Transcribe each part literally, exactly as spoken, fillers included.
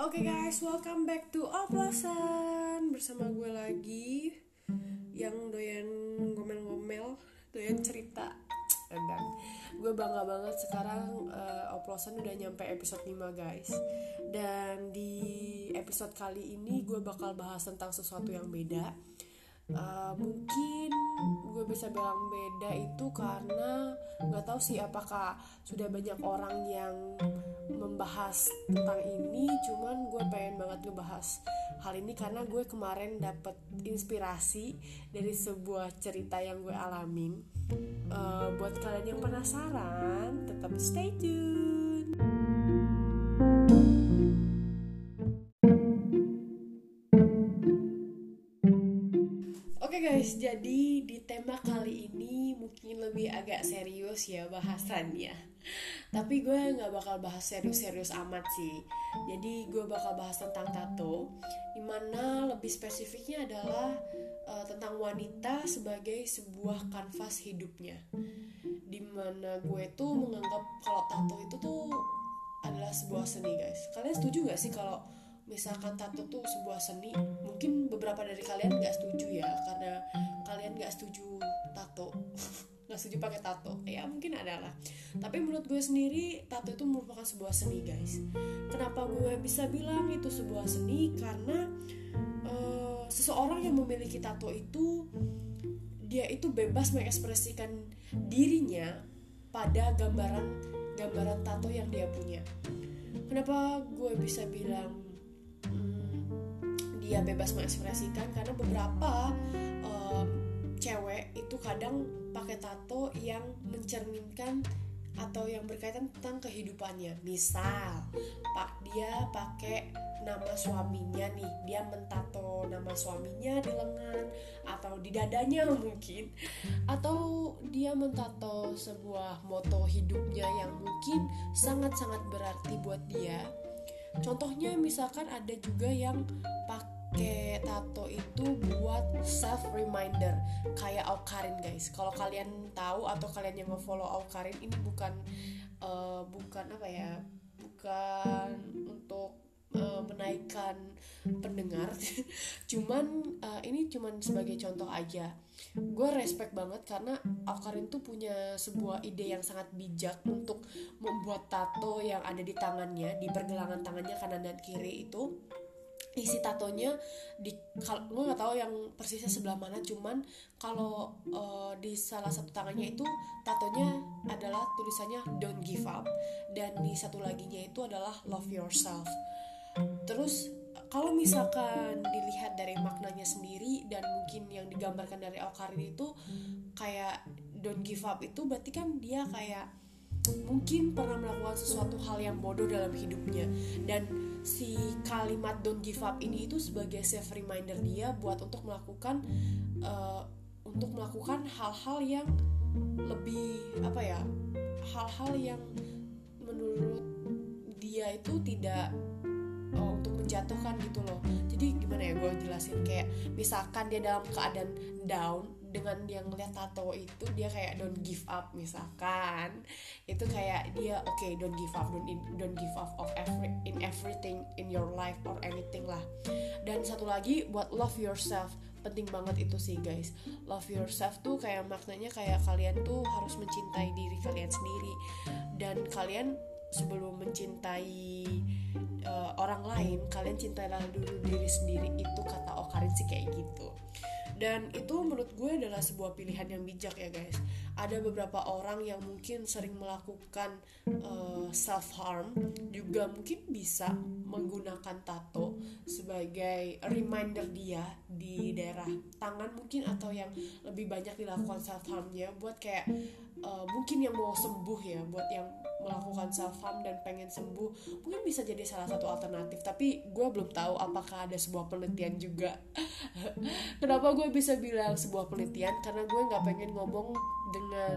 Oke guys, welcome back to Oplosan. Bersama gue lagi yang doyan ngomel-ngomel, doyan cerita. Dan gue bangga banget sekarang uh, Oplosan udah nyampe episode lima guys. Dan di episode kali ini gue bakal bahas tentang sesuatu yang beda. Uh, mungkin gue bisa bilang beda itu karena nggak tahu sih apakah sudah banyak orang yang membahas tentang ini, cuman gue pengen banget ngebahas hal ini karena gue kemarin dapet inspirasi dari sebuah cerita yang gue alamin. Uh, buat kalian yang penasaran, tetap stay tune. Oke guys, jadi di tema kali ini mungkin lebih agak serius ya bahasannya. Tapi gue gak bakal bahas serius-serius amat sih. Jadi gue bakal bahas tentang tato, dimana lebih spesifiknya adalah uh, tentang wanita sebagai sebuah kanvas hidupnya. Dimana gue tuh menganggap kalau tato itu tuh adalah sebuah seni guys. Kalian setuju gak sih kalau misalkan tato tuh sebuah seni? Mungkin beberapa dari kalian gak setuju ya, karena kalian gak setuju tato gak setuju pakai tato, ya mungkin adalah. Tapi menurut gue sendiri, tato itu merupakan sebuah seni guys. Kenapa gue bisa bilang itu sebuah seni? Karena uh, seseorang yang memiliki tato itu, dia itu bebas mengekspresikan dirinya pada gambaran gambaran tato yang dia punya. Kenapa gue bisa bilang dia bebas mengekspresikan? Karena beberapa um, cewek itu kadang pakai tato yang mencerminkan atau yang berkaitan tentang kehidupannya. Misal, pak dia pakai nama suaminya nih, dia mentato nama suaminya di lengan atau di dadanya mungkin, atau dia mentato sebuah moto hidupnya yang mungkin sangat-sangat berarti buat dia. Contohnya misalkan ada juga yang pakai tato itu buat self reminder kayak Awkarin guys. Kalau kalian tahu atau kalian yang nge-follow Awkarin, ini bukan uh, bukan apa ya? Bukan untuk uh, menaikkan pendengar. cuman uh, ini cuman sebagai contoh aja. Gue respect banget karena Awkarin tuh punya sebuah ide yang sangat bijak untuk membuat tato yang ada di tangannya, di pergelangan tangannya kanan dan kiri itu. Isi tatonya di, kalau gue nggak tahu yang persisnya sebelah mana, cuman kalau uh, di salah satu tangannya itu tatonya adalah tulisannya don't give up, dan di satu laginya itu adalah love yourself. Terus kalau misalkan dilihat dari maknanya sendiri dan mungkin yang digambarkan dari Awkarin itu kayak don't give up itu berarti kan dia kayak mungkin pernah melakukan sesuatu hal yang bodoh dalam hidupnya, dan si kalimat don't give up ini itu sebagai self reminder dia buat untuk melakukan uh, untuk melakukan hal-hal yang lebih apa ya, hal-hal yang menurut dia itu tidak uh, untuk menjatuhkan gitu loh. Jadi gimana ya gue jelasin, kayak misalkan dia dalam keadaan down, dengan dia ngeliat tato itu dia kayak don't give up misalkan, itu kayak dia oke okay, don't give up, don't don't give up of every in everything in your life or anything lah. Dan satu lagi buat love yourself, penting banget itu sih guys. Love yourself tuh kayak maknanya kayak kalian tuh harus mencintai diri kalian sendiri, dan kalian sebelum mencintai uh, orang lain, kalian cintailah dulu diri sendiri. Itu kata Awkarin sih kayak gitu. Dan itu menurut gue adalah sebuah pilihan yang bijak ya guys. Ada beberapa orang yang mungkin sering melakukan uh, self-harm, juga mungkin bisa menggunakan tato sebagai reminder dia di daerah tangan mungkin, atau yang lebih banyak dilakukan self-harmnya buat kayak uh, mungkin yang mau sembuh ya, buat yang melakukan self-harm dan pengen sembuh, mungkin bisa jadi salah satu alternatif. Tapi gue belum tahu apakah ada sebuah penelitian juga. Kenapa gue bisa bilang sebuah penelitian? Karena gue gak pengen ngomong dengan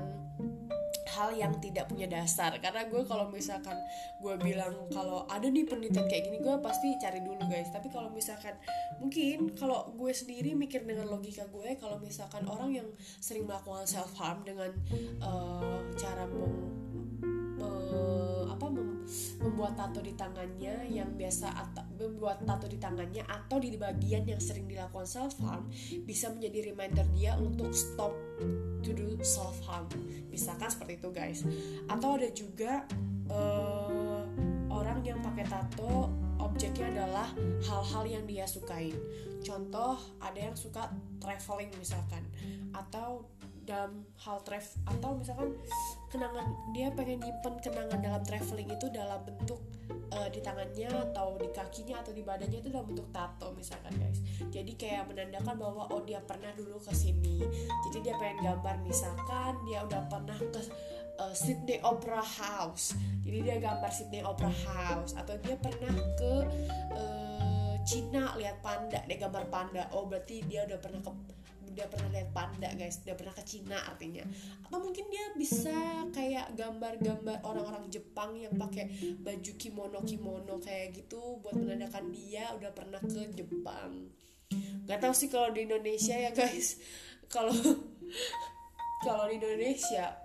hal yang tidak punya dasar. Karena gue kalau misalkan gue bilang kalau ada nih penelitian kayak gini, gue pasti cari dulu guys. Tapi kalau misalkan mungkin kalau gue sendiri mikir dengan logika gue, kalau misalkan orang yang sering melakukan self harm dengan uh, cara meng uh, apa mem- membuat tato di tangannya yang biasa atau membuat tato di tangannya atau di bagian yang sering dilakukan self harm bisa menjadi reminder dia untuk stop to do self harm, misalkan seperti itu guys. Atau ada juga uh, orang yang pakai tato objeknya adalah hal-hal yang dia sukain. Contoh, ada yang suka traveling misalkan, atau dalam hal travel, atau misalkan kenangan, dia pengen nyimpen kenangan dalam traveling itu dalam bentuk uh, di tangannya atau di kakinya atau di badannya itu dalam bentuk tato misalkan guys. Jadi kayak menandakan bahwa oh dia pernah dulu ke sini. Jadi dia pengen gambar misalkan dia udah pernah ke uh, Sydney Opera House. Jadi dia gambar Sydney Opera House, atau dia pernah ke uh, Cina lihat panda, dia gambar panda. Oh berarti dia udah pernah ke dia pernah lihat panda guys, dia pernah ke Cina artinya. Atau mungkin dia bisa kayak gambar-gambar orang-orang Jepang yang pakai baju kimono-kimono kayak gitu buat menandakan dia udah pernah ke Jepang. Gak tahu sih kalau di Indonesia ya guys. Kalau kalau di Indonesia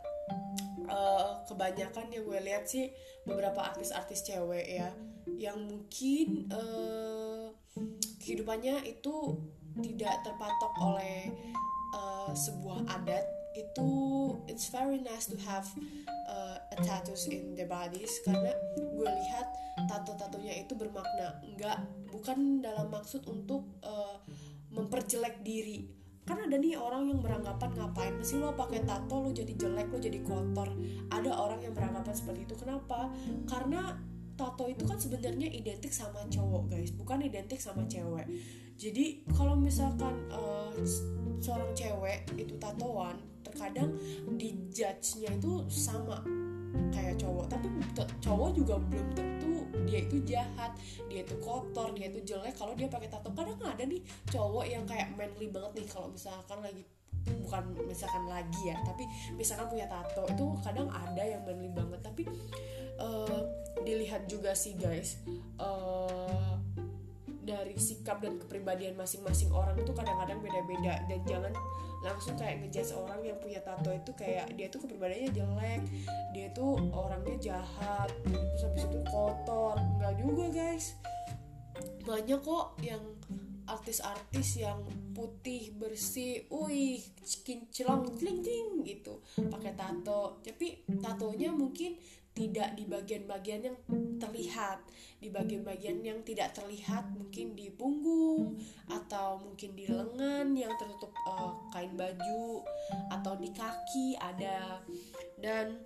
uh, kebanyakan yang gue lihat sih beberapa artis-artis cewek ya yang mungkin uh, kehidupannya itu tidak terpatok oleh uh, sebuah adat. Itu it's very nice to have uh, a tattoos in their bodies, karena gue lihat tato-tatonya itu bermakna, enggak, bukan dalam maksud untuk uh, memperjelek diri. Kan ada nih orang yang beranggapan ngapain sih lo pakai tato, lo jadi jelek, lo jadi kotor. Ada orang yang beranggapan seperti itu. Kenapa? Karena tato itu kan sebenarnya identik sama cowok guys, bukan identik sama cewek. Jadi kalau misalkan uh, seorang cewek itu tatoan, terkadang dijudge-nya itu sama kayak cowok. Tapi t- cowok juga belum tentu dia itu jahat, dia itu kotor, dia itu jelek kalau dia pakai tato. Kadang ada nih cowok yang kayak manly banget nih kalau misalkan lagi, bukan misalkan lagi ya, tapi misalkan punya tato itu kadang ada yang manly banget. Tapi uh, dilihat juga sih guys, uh, dari sikap dan kepribadian masing-masing orang itu kadang-kadang beda-beda. Dan jangan langsung kayak ngejudge orang yang punya tato itu kayak dia tuh kepribadiannya jelek, dia tuh orangnya jahat, terus habis itu kotor. Enggak juga guys, banyak kok yang artis-artis yang putih bersih, wih kinclong cling cling gitu pakai tato. Tapi tatonya mungkin tidak di bagian-bagian yang terlihat, di bagian-bagian yang tidak terlihat, mungkin di punggung atau mungkin di lengan yang tertutup uh, kain baju, atau di kaki ada. Dan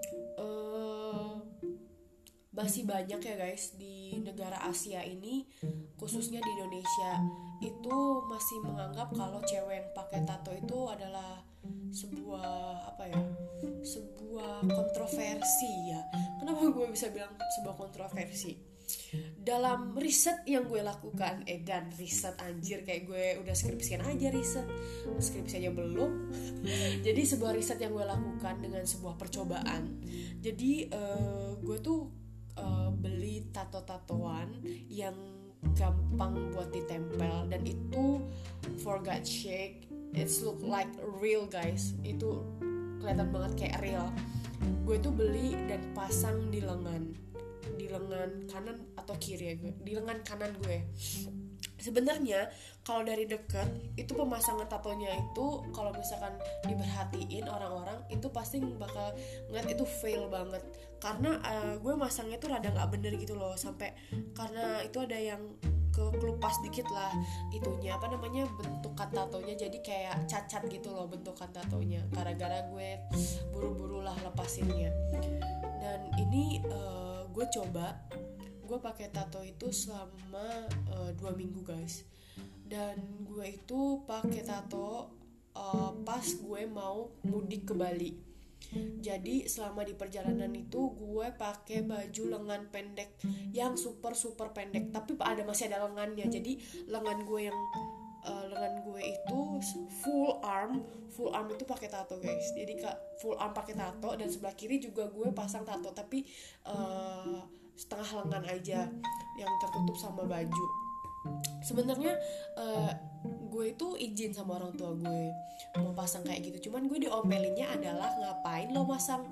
uh, masih banyak ya guys di negara Asia ini, khususnya di Indonesia, itu masih menganggap kalau cewek yang pakai tato itu adalah sebuah apa ya, sebuah kontroversi ya. Kenapa gue bisa bilang sebuah kontroversi? Dalam riset yang gue lakukan, eh dan riset anjir kayak gue udah skripsian aja riset, skripsi aja belum. Jadi sebuah riset yang gue lakukan dengan sebuah percobaan. Jadi uh, gue tuh uh, beli tato-tatoan yang gampang buat ditempel, dan itu for God's sake it's look like real guys, itu kelihatan banget kayak real. Gue tuh beli dan pasang di lengan, di lengan kanan atau kiri ya gue, di lengan kanan gue. Sebenarnya kalau dari dekat itu pemasangan tatonya itu kalau misalkan diperhatiin orang-orang itu pasti bakal ngeliat itu fail banget, karena uh, gue masangnya tuh rada nggak bener gitu loh, sampai karena itu ada yang kekelupas dikit lah itunya, apa namanya, bentukan tatonya, jadi kayak cacat gitu loh bentukan tatonya, gara-gara gue buru-buru lah lepasinnya. Dan ini uh, gue coba gue pakai tato itu selama uh, dua minggu guys. Dan gue itu pakai tato uh, pas gue mau mudik ke Bali. Jadi selama di perjalanan itu gue pakai baju lengan pendek yang super super pendek, tapi ada masih ada lengannya. Jadi lengan gue yang uh, lengan gue itu full arm, full arm itu pakai tato guys. Jadi kak full arm pakai tato, dan sebelah kiri juga gue pasang tato, tapi uh, setengah lengan aja yang tertutup sama baju. Sebenarnya uh, gue itu izin sama orang tua gue mau pasang kayak gitu, cuman gue diomelinnya adalah ngapain lo masang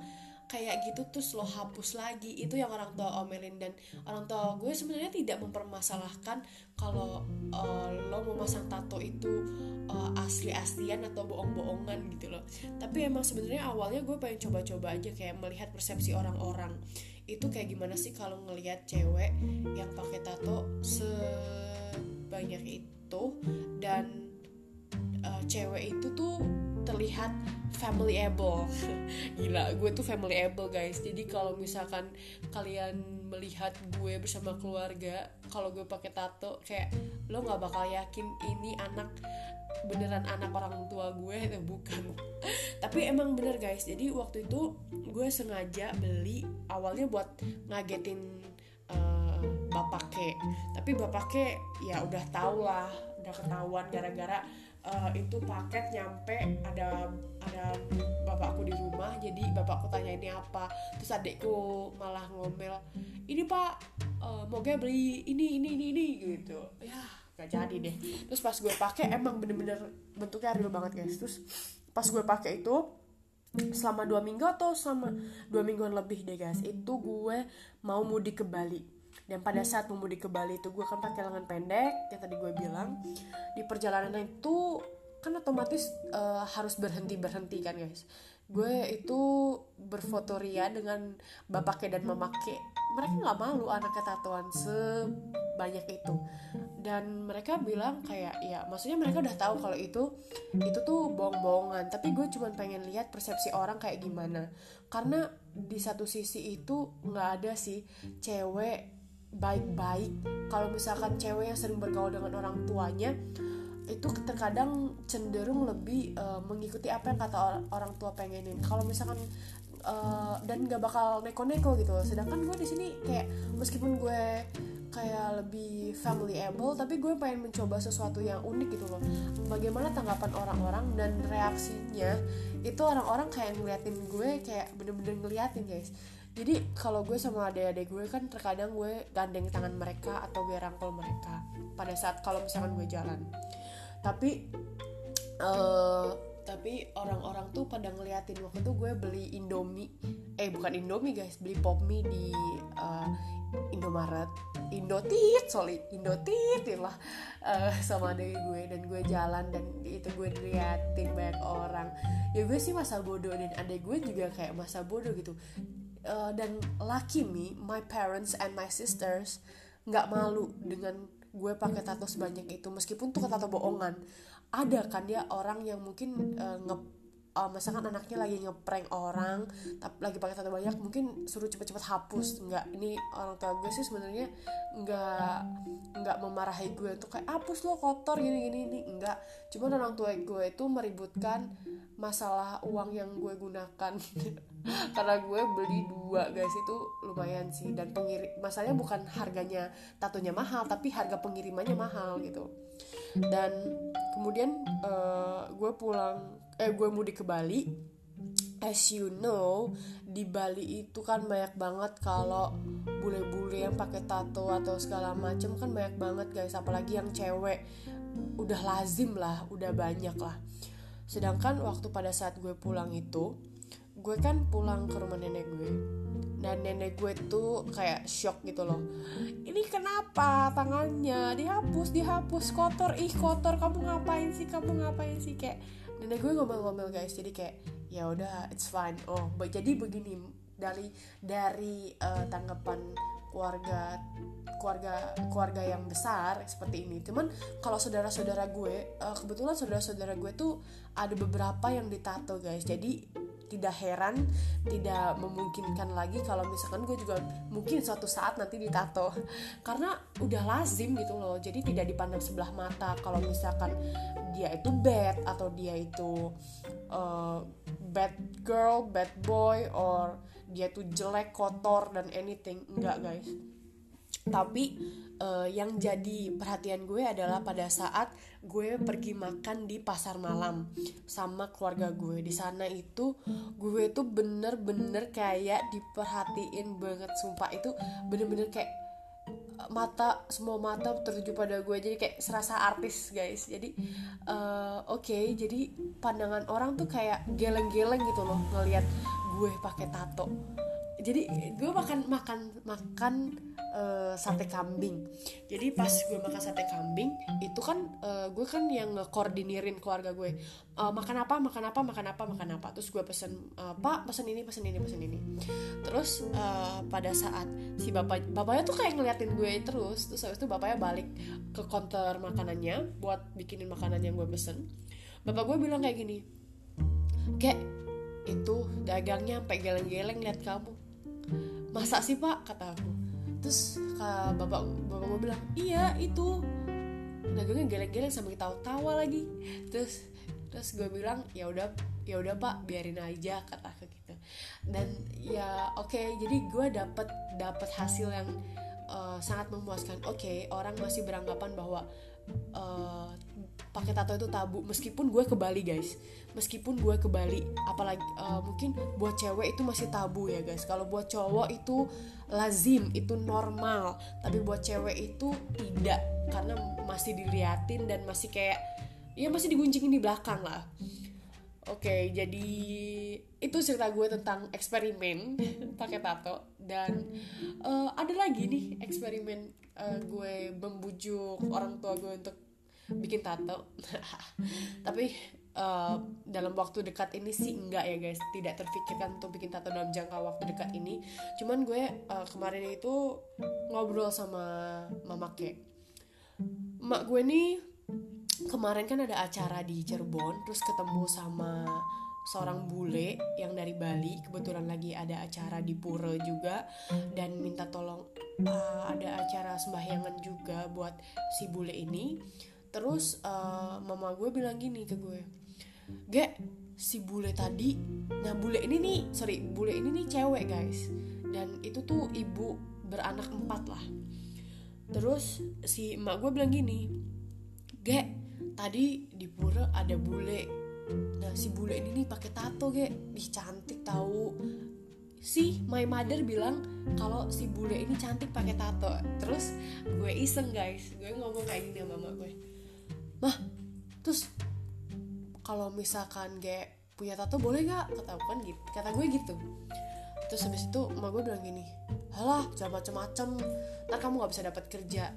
kayak gitu terus lo hapus lagi. Itu yang orang tua omelin, dan orang tua gue sebenarnya tidak mempermasalahkan kalau uh, lo mau masang tato itu uh, asli-aslian atau bohong-bohongan gitu loh. Tapi emang sebenarnya awalnya gue pengen coba-coba aja, kayak melihat persepsi orang-orang itu kayak gimana sih kalau ngelihat cewek yang pakai tato sebanyak itu, dan uh, cewek itu tuh terlihat familyable. Gila, gue tuh familyable guys. Jadi kalau misalkan kalian melihat gue bersama keluarga, kalau gue pakai tato, kayak lo nggak bakal yakin ini anak beneran anak orang tua gue atau bukan. Tapi emang bener guys. Jadi waktu itu gue sengaja beli awalnya buat ngagetin uh, bapaknya. Tapi bapaknya ya udah tau lah, udah ketahuan gara-gara Uh, itu paket nyampe ada ada bapakku di rumah. Jadi bapakku tanya ini apa, terus adekku malah ngomel, ini pak uh, mau gue beli ini ini ini ini gitu. Ya gak jadi deh. Terus pas gue pakai emang bener-bener bentuknya real banget guys. Terus pas gue pakai itu selama dua minggu atau selama dua mingguan lebih deh guys, itu gue mau mudik ke Bali. Dan pada saat mau mudik ke Bali itu gue kan pakai lengan pendek yang tadi gue bilang. Di perjalanan itu kan otomatis uh, harus berhenti-berhenti kan guys. Gue itu berfotoria dengan bapaknya dan mamake. Mereka gak malu anaknya tatoan sebanyak itu. Dan mereka bilang kayak, ya maksudnya mereka udah tahu kalau itu itu tuh bohong-bohongan. Tapi gue cuma pengen lihat persepsi orang kayak gimana. Karena di satu sisi itu gak ada sih cewek baik-baik. Kalau misalkan cewek yang sering bergaul dengan orang tuanya itu terkadang cenderung lebih uh, mengikuti apa yang kata or- orang tua pengenin. Kalau misalkan uh, dan gak bakal neko-neko gitu. Sedangkan gue di sini kayak meskipun gue kayak lebih familyable, tapi gue pengen mencoba sesuatu yang unik gitu loh. Bagaimana tanggapan orang-orang dan reaksinya itu, orang-orang kayak ngeliatin gue, kayak bener-bener ngeliatin guys. Jadi kalau gue sama adik-adik gue kan terkadang gue gandeng tangan mereka atau gue rangkul mereka pada saat kalau misalkan gue jalan. Tapi uh, tapi orang-orang tuh pada ngeliatin. Waktu itu gue beli Indomie, eh bukan Indomie guys, beli Pop Mie di uh, Indomaret, Indotit, sorry, Indotit lah uh, sama adik gue, dan gue jalan dan itu gue diliatin banyak orang. Ya gue sih masa bodoh, dan adik gue juga kayak masa bodoh gitu. Uh, dan lucky me, my parents and my sisters nggak malu dengan gue pakai tato sebanyak itu, meskipun tuh tato bohongan. Ada kan dia orang yang mungkin uh, nge uh, misalkan anaknya lagi ngeprank orang, tapi lagi pakai tato banyak, mungkin suruh cepet-cepet hapus. Nggak, ini orang tua gue sih sebenarnya nggak nggak memarahi gue untuk kayak hapus lo kotor gini gini ini, enggak. Cuma orang tua gue itu meributkan masalah uang yang gue gunakan. Karena gue beli dua guys, itu lumayan sih. Dan pengirim, masalahnya bukan harganya tatonya mahal, tapi harga pengirimannya mahal gitu. Dan kemudian uh, gue pulang, eh gue mudik ke Bali. As you know, di Bali itu kan banyak banget kalau bule-bule yang pakai tato atau segala macem kan banyak banget guys. Apalagi yang cewek, udah lazim lah, udah banyak lah. Sedangkan waktu pada saat gue pulang itu, gue kan pulang ke rumah nenek gue, dan nenek gue tuh kayak shock gitu loh. Ini kenapa tangannya dihapus, dihapus kotor, ih kotor, kamu ngapain sih, kamu ngapain sih, kayak nenek gue ngomel-ngomel guys. Jadi kayak ya udah, it's fine. Oh, jadi begini, dari dari uh, tanggapan keluarga keluarga keluarga yang besar seperti ini. Cuman kalau saudara-saudara gue, uh, kebetulan saudara-saudara gue tuh ada beberapa yang ditato guys. Jadi tidak heran, tidak memungkinkan lagi kalau misalkan gue juga mungkin suatu saat nanti ditato. Karena udah lazim gitu loh. Jadi tidak dipandang sebelah mata kalau misalkan dia itu bad atau dia itu uh, bad girl, bad boy, or dia tuh jelek, kotor, dan anything. Enggak guys. Tapi uh, yang jadi perhatian gue adalah pada saat gue pergi makan di pasar malam sama keluarga gue. Di sana itu gue tuh bener-bener kayak diperhatiin banget, sumpah. Itu bener-bener kayak mata, semua mata tertuju pada gue. Jadi kayak serasa artis guys. Jadi uh, oke okay, jadi pandangan orang tuh kayak geleng-geleng gitu loh ngelihat gue pakai tato. Jadi gue makan makan makan uh, sate kambing. Jadi pas gue makan sate kambing itu kan uh, gue kan yang ngekoordinirin keluarga gue, uh, makan apa makan apa makan apa makan apa. Terus gue pesen, uh, pak pesen ini pesen ini pesen ini. Terus uh, pada saat si bapak bapaknya tuh kayak ngeliatin gue terus. Terus habis itu bapaknya balik ke counter makanannya buat bikinin makanan yang gue pesen. Bapak gue bilang kayak gini, kayak itu dagangnya sampai geleng-geleng lihat kamu. Masa sih pak, kata aku. Terus kata bapak bapak gue bilang, iya itu dagangnya geleng-geleng sambil tawa-tawa lagi. Terus terus gue bilang ya udah ya udah pak, biarin aja, kata aku gitu. Dan ya oke okay, jadi gue dapet dapet hasil yang uh, sangat memuaskan. Oke okay, orang masih beranggapan bahwa uh, pakai tato itu tabu, meskipun gue ke Bali guys, meskipun gue ke Bali, apalagi uh, mungkin buat cewek itu masih tabu ya guys. Kalau buat cowok itu lazim, itu normal, tapi buat cewek itu tidak, karena masih diliatin dan masih kayak ya masih diguncingin di belakang lah. Oke, okay, jadi itu cerita gue tentang eksperimen pakai tato. Dan uh, ada lagi nih eksperimen uh, gue membujuk orang tua gue untuk bikin tato. Tapi uh, dalam waktu dekat ini sih enggak ya guys, tidak terfikirkan untuk bikin tato dalam jangka waktu dekat ini. Cuman gue uh, kemarin itu ngobrol sama mama kayak, mak gue nih kemarin kan ada acara di Cirebon, terus ketemu sama seorang bule yang dari Bali, kebetulan lagi ada acara di Pura juga, dan minta tolong uh, ada acara sembahyangan juga buat si bule ini. Terus uh, mama gue bilang gini ke gue, Ge, si bule tadi, nah bule ini nih, sorry, bule ini nih cewek guys, dan itu tuh ibu beranak empat lah. Terus si emak gue bilang gini, Ge, tadi di Pura ada bule, nah si bule ini nih pakai tato Ge, ih cantik tahu. Si my mother bilang kalau si bule ini cantik pakai tato. Terus gue iseng guys, gue ngomong kayak gini sama mama gue, mah, terus kalau misalkan gue punya tato boleh gak? Kata kan gitu, kata gue gitu. Terus habis itu emak gue bilang gini, halah jangan macem-macem, ntar kamu gak bisa dapat kerja,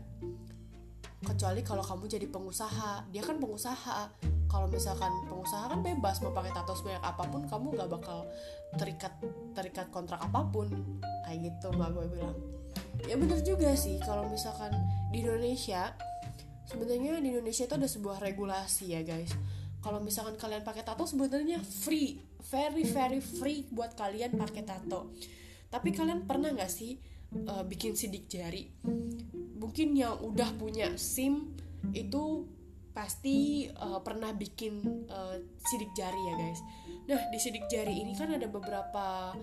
kecuali kalau kamu jadi pengusaha. Dia kan pengusaha, kalau misalkan pengusaha kan bebas mau pakai tato sebanyak apapun, kamu gak bakal terikat terikat kontrak apapun, kayak gitu emak gue bilang. Ya bener juga sih, kalau misalkan di Indonesia, sebenarnya di Indonesia itu ada sebuah regulasi ya guys. Kalau misalkan kalian pakai tato sebenarnya free, very very free buat kalian pakai tato. Tapi kalian pernah nggak sih uh, bikin sidik jari? Mungkin yang udah punya SIM itu pasti uh, pernah bikin uh, sidik jari ya guys. Nah di sidik jari ini kan ada beberapa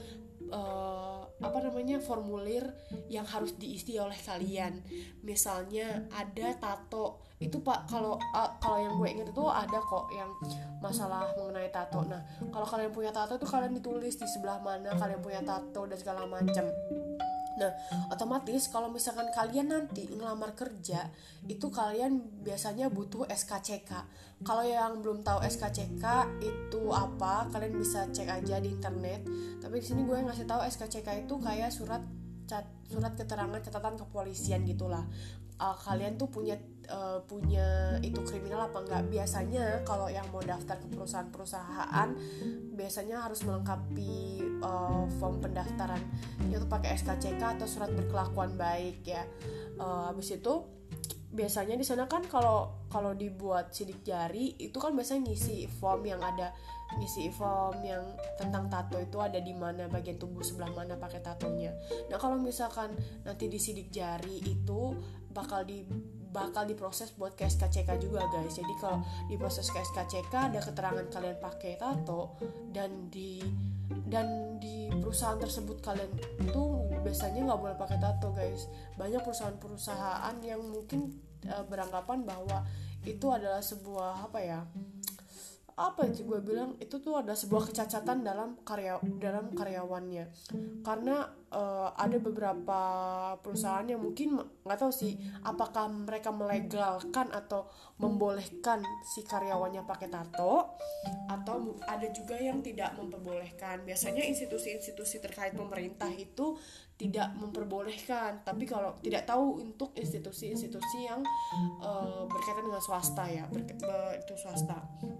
uh, apa namanya formulir yang harus diisi oleh kalian. Misalnya ada tato itu pak, kalau uh, kalau yang gue ingat itu ada kok yang masalah mengenai tato. Nah kalau kalian punya tato itu kalian ditulis di sebelah mana kalian punya tato dan segala macam. Nah otomatis kalau misalkan kalian nanti ngelamar kerja itu kalian biasanya butuh S K C K. Kalau yang belum tahu S K C K itu apa, kalian bisa cek aja di internet. Tapi di sini gue ngasih tahu S K C K itu kayak surat cat, surat keterangan catatan kepolisian gitulah. Uh, kalian tuh punya uh, punya itu kriminal apa enggak. Biasanya kalau yang mau daftar ke perusahaan-perusahaan biasanya harus melengkapi uh, form pendaftaran yaitu pakai S K C K atau surat berkelakuan baik ya. Uh, habis itu biasanya di sana kan kalau kalau dibuat sidik jari itu kan biasanya ngisi form yang ada ngisi form yang tentang tato itu ada di mana bagian tubuh sebelah mana pakai tatonya. Nah kalau misalkan nanti di sidik jari itu bakal di bakal diproses buat ke S K C K juga guys. Jadi kalau diproses ke S K C K ada keterangan kalian pakai tato dan di dan di perusahaan tersebut kalian tuh biasanya nggak boleh pakai tato guys. Banyak perusahaan-perusahaan yang mungkin uh, beranggapan bahwa itu adalah sebuah apa ya apa sih gue bilang, itu tuh ada sebuah kecacatan dalam karya dalam karyawannya. Karena uh, ada beberapa perusahaan yang mungkin nggak tahu sih apakah mereka melegalkan atau membolehkan si karyawannya pakai tato, atau ada juga yang tidak memperbolehkan. Biasanya institusi-institusi terkait pemerintah itu tidak memperbolehkan, tapi kalau tidak tahu untuk institusi-institusi yang uh, berkaitan dengan swasta ya, ber- ber- itu swasta.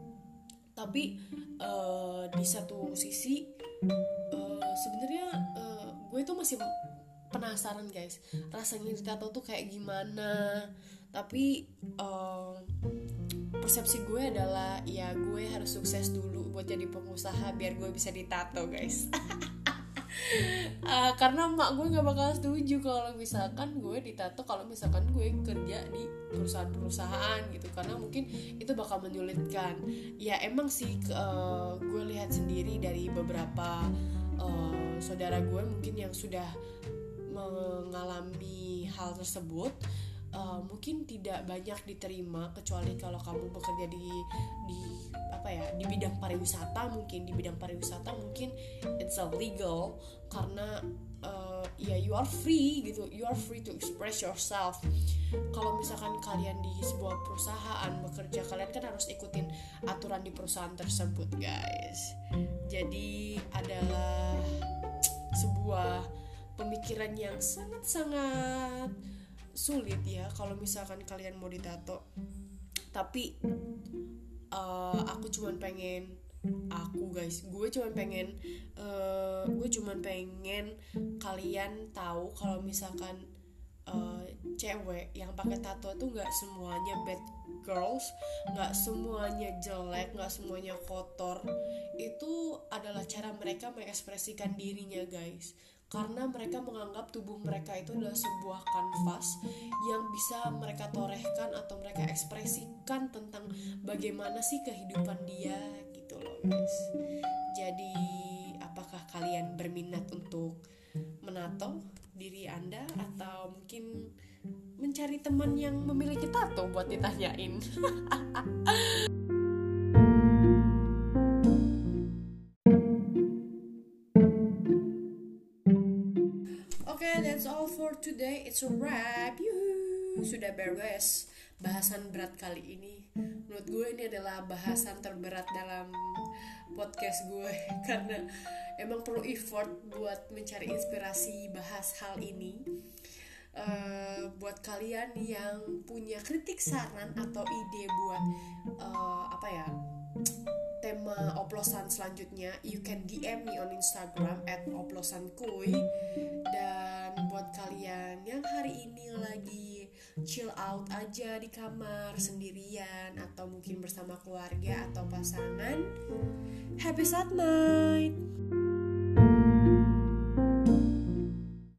Tapi uh, di satu sisi uh, sebenarnya uh, gue tuh masih penasaran guys, rasanya ditato tuh kayak gimana. Tapi uh, persepsi gue adalah ya gue harus sukses dulu buat jadi pengusaha biar gue bisa ditato guys. Uh, karena mak gue nggak bakal setuju kalau misalkan gue ditato kalau misalkan gue kerja di perusahaan-perusahaan gitu, karena mungkin itu bakal menyulitkan. Ya emang sih uh, gue lihat sendiri dari beberapa uh, saudara gue mungkin yang sudah mengalami hal tersebut, uh, mungkin tidak banyak diterima kecuali kalau kamu bekerja di di apa ya di bidang pariwisata. Mungkin di bidang pariwisata mungkin it's illegal karena uh, ya you are free gitu, you are free to express yourself. Kalau misalkan kalian di sebuah perusahaan bekerja, kalian kan harus ikutin aturan di perusahaan tersebut guys. Jadi adalah sebuah pemikiran yang sangat-sangat sulit ya kalau misalkan kalian mau ditato. Tapi uh, aku cuman pengen aku guys gue cuman pengen uh, gue cuman pengen kalian tahu kalau misalkan uh, cewek yang pakai tato tuh nggak semuanya bad girls, nggak semuanya jelek, nggak semuanya kotor. Itu adalah cara mereka mengekspresikan dirinya guys, karena mereka menganggap tubuh mereka itu adalah sebuah kanvas yang bisa mereka torehkan atau mereka ekspresikan tentang bagaimana sih kehidupan dia gitu loh guys. Jadi apakah kalian berminat untuk menato diri Anda, atau mungkin mencari teman yang memiliki tato buat ditanyain? Okay, that's all for today. It's a wrap. Yuhu. Sudah beres bahasan berat kali ini. Menurut gue ini adalah bahasan terberat dalam podcast gue karena emang perlu effort buat mencari inspirasi bahas hal ini. Uh, buat kalian yang punya kritik, saran atau ide buat uh, apa ya tema oplosan selanjutnya, you can D M me on Instagram at oplosankuy. Dan buat kalian yang hari ini lagi chill out aja di kamar sendirian atau mungkin bersama keluarga atau pasangan, happy sad night.